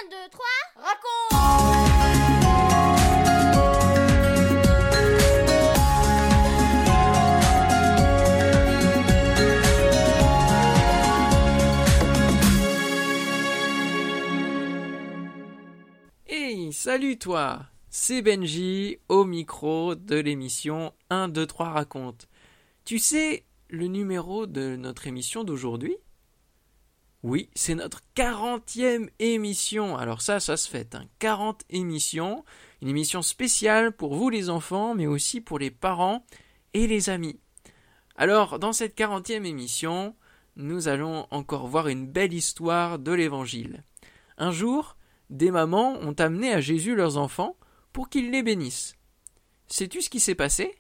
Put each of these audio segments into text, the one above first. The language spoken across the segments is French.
1, 2, 3, raconte! Hey, salut toi! C'est Benji au micro de l'émission 1, 2, 3 raconte. Tu sais le numéro de notre émission d'aujourd'hui? Oui, c'est notre 40e émission. Alors ça se fête, 40 émissions. Une émission spéciale pour vous les enfants, mais aussi pour les parents et les amis. Alors, dans cette 40e émission, nous allons encore voir une belle histoire de l'Évangile. Un jour, des mamans ont amené à Jésus leurs enfants pour qu'il les bénisse. Sais-tu ce qui s'est passé?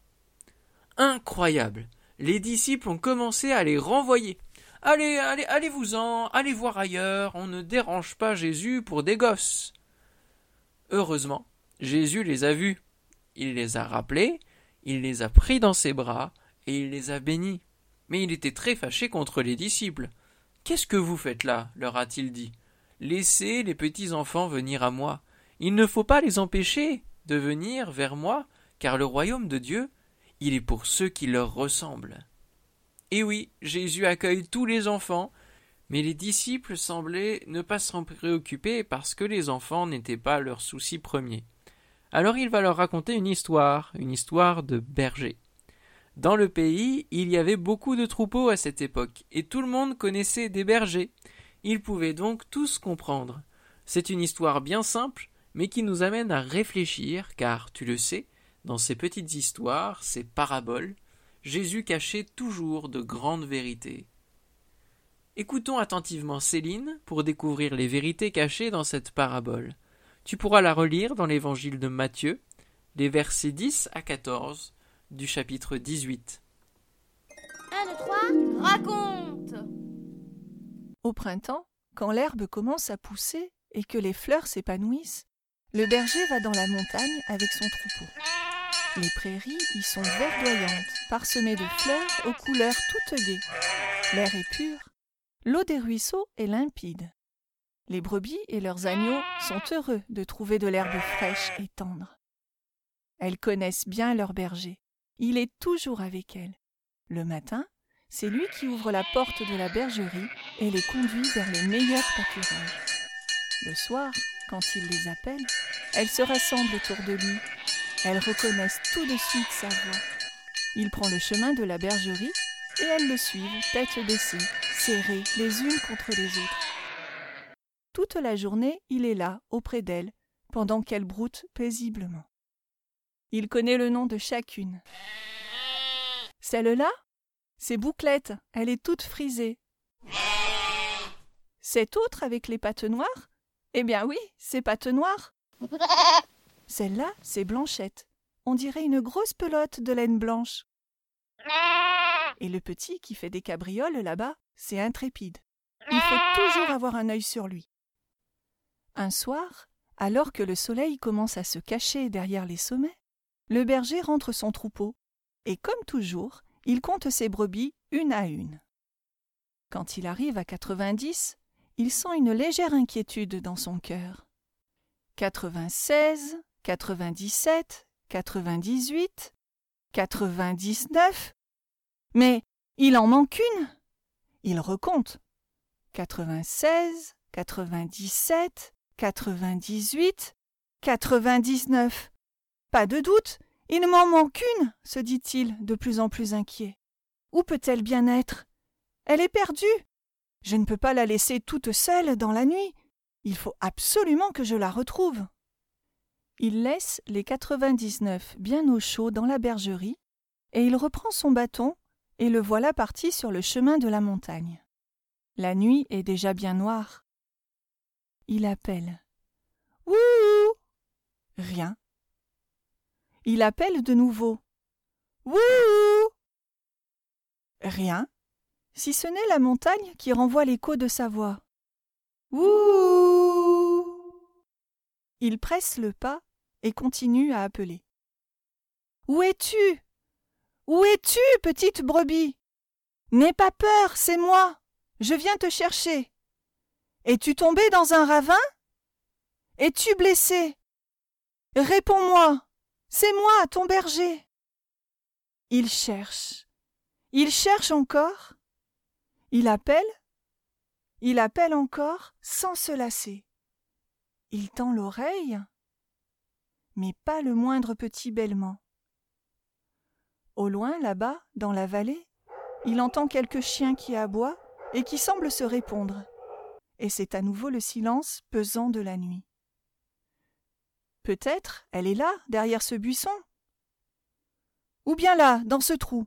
Incroyable! Les disciples ont commencé à les renvoyer. Allez-vous-en, allez voir ailleurs, on ne dérange pas Jésus pour des gosses. Heureusement, Jésus les a vus. Il les a rappelés, il les a pris dans ses bras et il les a bénis. Mais il était très fâché contre les disciples. « Qu'est-ce que vous faites là ?» leur a-t-il dit. « Laissez les petits enfants venir à moi. Il ne faut pas les empêcher de venir vers moi, car le royaume de Dieu, il est pour ceux qui leur ressemblent. » Et oui, Jésus accueille tous les enfants, mais les disciples semblaient ne pas s'en préoccuper parce que les enfants n'étaient pas leur souci premier. Alors il va leur raconter une histoire de berger. Dans le pays, il y avait beaucoup de troupeaux à cette époque, et tout le monde connaissait des bergers. Ils pouvaient donc tous comprendre. C'est une histoire bien simple, mais qui nous amène à réfléchir, car, tu le sais, dans ces petites histoires, ces paraboles, Jésus cachait toujours de grandes vérités. Écoutons attentivement Céline pour découvrir les vérités cachées dans cette parabole. Tu pourras la relire dans l'évangile de Matthieu, les versets 10 à 14 du chapitre 18. 1, 2, 3, raconte! Au printemps, quand l'herbe commence à pousser et que les fleurs s'épanouissent, le berger va dans la montagne avec son troupeau. Les prairies y sont verdoyantes, parsemées de fleurs aux couleurs toutes gaies. L'air est pur, l'eau des ruisseaux est limpide. Les brebis et leurs agneaux sont heureux de trouver de l'herbe fraîche et tendre. Elles connaissent bien leur berger. Il est toujours avec elles. Le matin, c'est lui qui ouvre la porte de la bergerie et les conduit vers les meilleurs pâturages. Le soir, quand il les appelle, elles se rassemblent autour de lui. Elles reconnaissent tout de suite sa voix. Il prend le chemin de la bergerie et elles le suivent, tête baissée, serrées les unes contre les autres. Toute la journée, il est là, auprès d'elles, pendant qu'elles broutent paisiblement. Il connaît le nom de chacune. Celle-là, c'est Bouclette, elle est toute frisée. Cette autre avec les pattes noires, eh bien oui, c'est Pattes Noires. Celle-là, c'est Blanchette. On dirait une grosse pelote de laine blanche. Et le petit qui fait des cabrioles là-bas, c'est Intrépide. Il faut toujours avoir un œil sur lui. Un soir, alors que le soleil commence à se cacher derrière les sommets, le berger rentre son troupeau et comme toujours, il compte ses brebis une à une. Quand il arrive à 90, il sent une légère inquiétude dans son cœur. 96, 97, 98, 99. Mais il en manque une. Il recompte. 96, 97, 98, 99. Pas de doute, il m'en manque une, se dit-il, de plus en plus inquiet. Où peut-elle bien être? Elle est perdue. Je ne peux pas la laisser toute seule dans la nuit. Il faut absolument que je la retrouve. Il laisse les 99 bien au chaud dans la bergerie et il reprend son bâton et le voilà parti sur le chemin de la montagne. La nuit est déjà bien noire. Il appelle. « Wouhou !» Rien. Il appelle de nouveau. « Wouhou !» Rien, si ce n'est la montagne qui renvoie l'écho de sa voix. « Wouhou !» Il presse le pas et continue à appeler. « Où es-tu? Où es-tu, petite brebis? N'aie pas peur, c'est moi. Je viens te chercher. Es-tu tombé dans un ravin? Es-tu blessé? Réponds-moi, c'est moi, ton berger. Il cherche encore. Il appelle encore sans se lasser. Il tend l'oreille, mais pas le moindre petit bêlement. Au loin, là-bas, dans la vallée, il entend quelques chiens qui aboient et qui semblent se répondre. Et c'est à nouveau le silence pesant de la nuit. Peut-être elle est là, derrière ce buisson. Ou bien là, dans ce trou.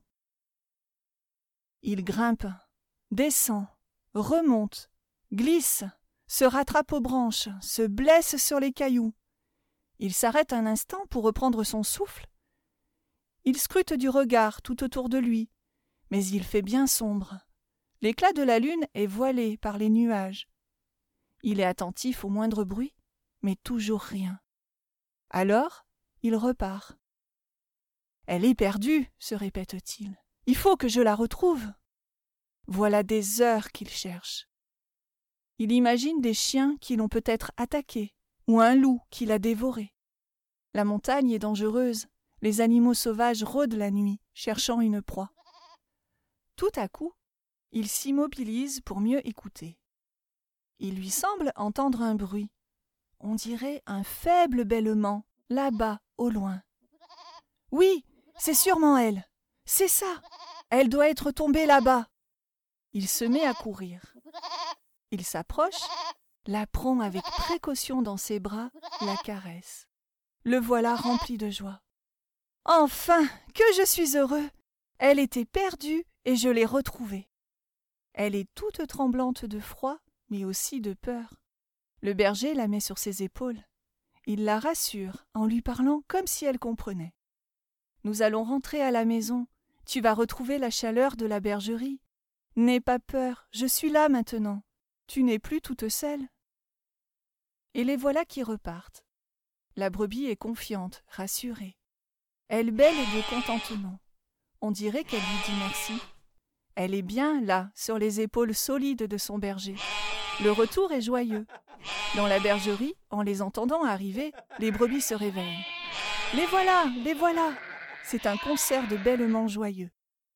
Il grimpe, descend, remonte, glisse, se rattrape aux branches, se blesse sur les cailloux. Il s'arrête un instant pour reprendre son souffle. Il scrute du regard tout autour de lui, mais il fait bien sombre. L'éclat de la lune est voilé par les nuages. Il est attentif au moindre bruit, mais toujours rien. Alors, il repart. « Elle est perdue, se répète-t-il. Il faut que je la retrouve. » Voilà des heures qu'il cherche. Il imagine des chiens qui l'ont peut-être attaqué, ou un loup qui l'a dévoré. La montagne est dangereuse. Les animaux sauvages rôdent la nuit, cherchant une proie. Tout à coup, il s'immobilise pour mieux écouter. Il lui semble entendre un bruit. On dirait un faible bêlement, là-bas, au loin. Oui, c'est sûrement elle. C'est ça. Elle doit être tombée là-bas. Il se met à courir. Il s'approche, la prend avec précaution dans ses bras, la caresse. Le voilà rempli de joie. Enfin, que je suis heureux! Elle était perdue et je l'ai retrouvée. Elle est toute tremblante de froid, mais aussi de peur. Le berger la met sur ses épaules. Il la rassure en lui parlant comme si elle comprenait. Nous allons rentrer à la maison. Tu vas retrouver la chaleur de la bergerie. N'aie pas peur, je suis là maintenant. Tu n'es plus toute seule. Et les voilà qui repartent. La brebis est confiante, rassurée. Elle bêle de contentement. On dirait qu'elle lui dit merci. Elle est bien là, sur les épaules solides de son berger. Le retour est joyeux. Dans la bergerie, en les entendant arriver, les brebis se réveillent. « Les voilà, les voilà !» C'est un concert de bêlements joyeux.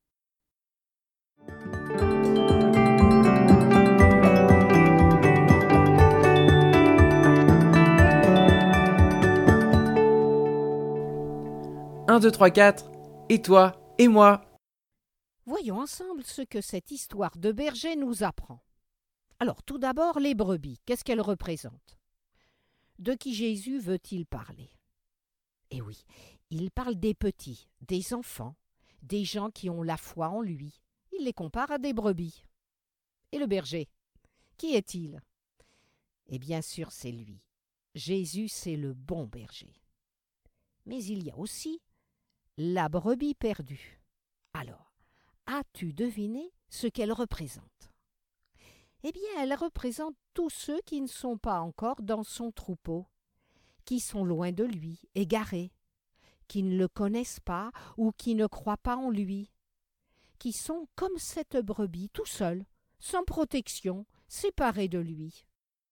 Un, deux, trois, quatre. Et toi, et moi. Voyons ensemble ce que cette histoire de berger nous apprend. Alors, tout d'abord, les brebis, qu'est-ce qu'elles représentent? De qui Jésus veut-il parler? Eh oui, il parle des petits, des enfants, des gens qui ont la foi en lui. Il les compare à des brebis. Et le berger, qui est-il? Et bien sûr, c'est lui. Jésus, c'est le bon berger. Mais il y a aussi la brebis perdue. Alors, as-tu deviné ce qu'elle représente? Eh bien, elle représente tous ceux qui ne sont pas encore dans son troupeau, qui sont loin de lui, égarés, qui ne le connaissent pas ou qui ne croient pas en lui, qui sont comme cette brebis tout seuls, sans protection, séparés de lui.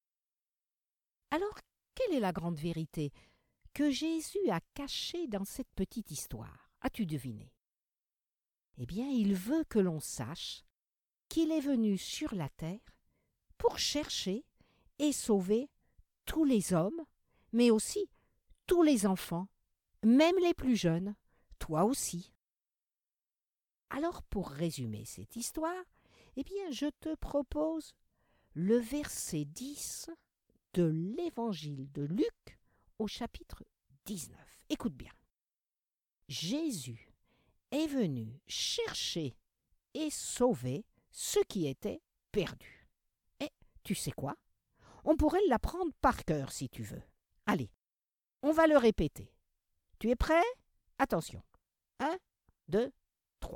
Alors, quelle est la grande vérité que Jésus a cachée dans cette petite histoire? As-tu deviné? Eh bien, il veut que l'on sache qu'il est venu sur la terre pour chercher et sauver tous les hommes, mais aussi tous les enfants, même les plus jeunes, toi aussi. Alors, pour résumer cette histoire, eh bien, je te propose le verset 10 de l'Évangile de Luc au chapitre 19. Écoute bien. Jésus est venu chercher et sauver ceux qui étaient perdus. Et tu sais quoi? On pourrait l'apprendre par cœur si tu veux. Allez, on va le répéter. Tu es prêt? Attention. 1, 2, 3.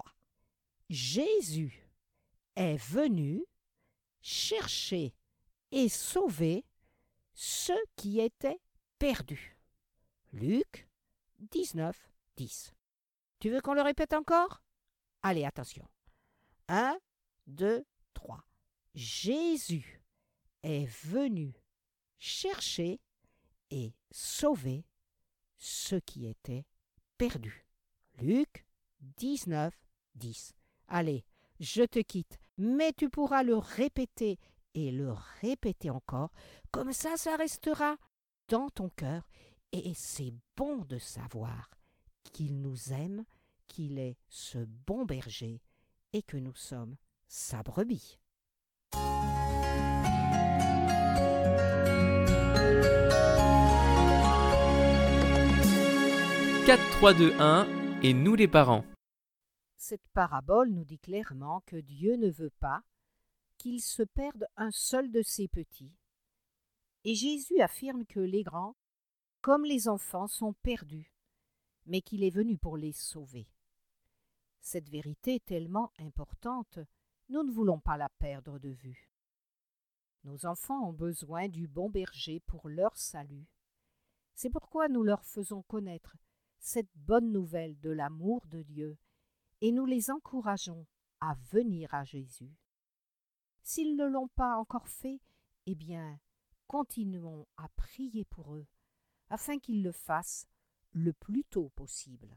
Jésus est venu chercher et sauver ceux qui étaient perdus. Luc 19, 10. Tu veux qu'on le répète encore? Allez, attention. 1, 2, 3. Jésus est venu chercher et sauver ce qui était perdu. Luc 19, 10. Allez, je te quitte, mais tu pourras le répéter et le répéter encore, comme ça restera dans ton cœur, et c'est bon de savoir qu'il nous aime, qu'il est ce bon berger et que nous sommes sa brebis. 4, 3, 2, 1 et nous les parents. Cette parabole nous dit clairement que Dieu ne veut pas qu'il se perde un seul de ses petits. Et Jésus affirme que les grands, comme les enfants, sont perdus, mais qu'il est venu pour les sauver. Cette vérité est tellement importante, nous ne voulons pas la perdre de vue. Nos enfants ont besoin du bon berger pour leur salut. C'est pourquoi nous leur faisons connaître cette bonne nouvelle de l'amour de Dieu et nous les encourageons à venir à Jésus. S'ils ne l'ont pas encore fait, eh bien, continuons à prier pour eux afin qu'ils le fassent le plus tôt possible.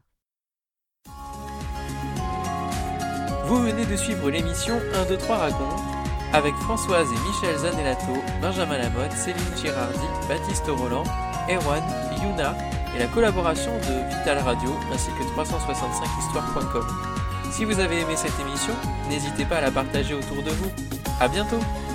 Vous venez de suivre l'émission 1, 2, 3 raconte avec Françoise et Michel Zanellato, Benjamin Lamotte, Céline Girardi, Baptiste Roland, Erwan, Yuna et la collaboration de Vital Radio ainsi que 365histoire.com. Si vous avez aimé cette émission, n'hésitez pas à la partager autour de vous. À bientôt!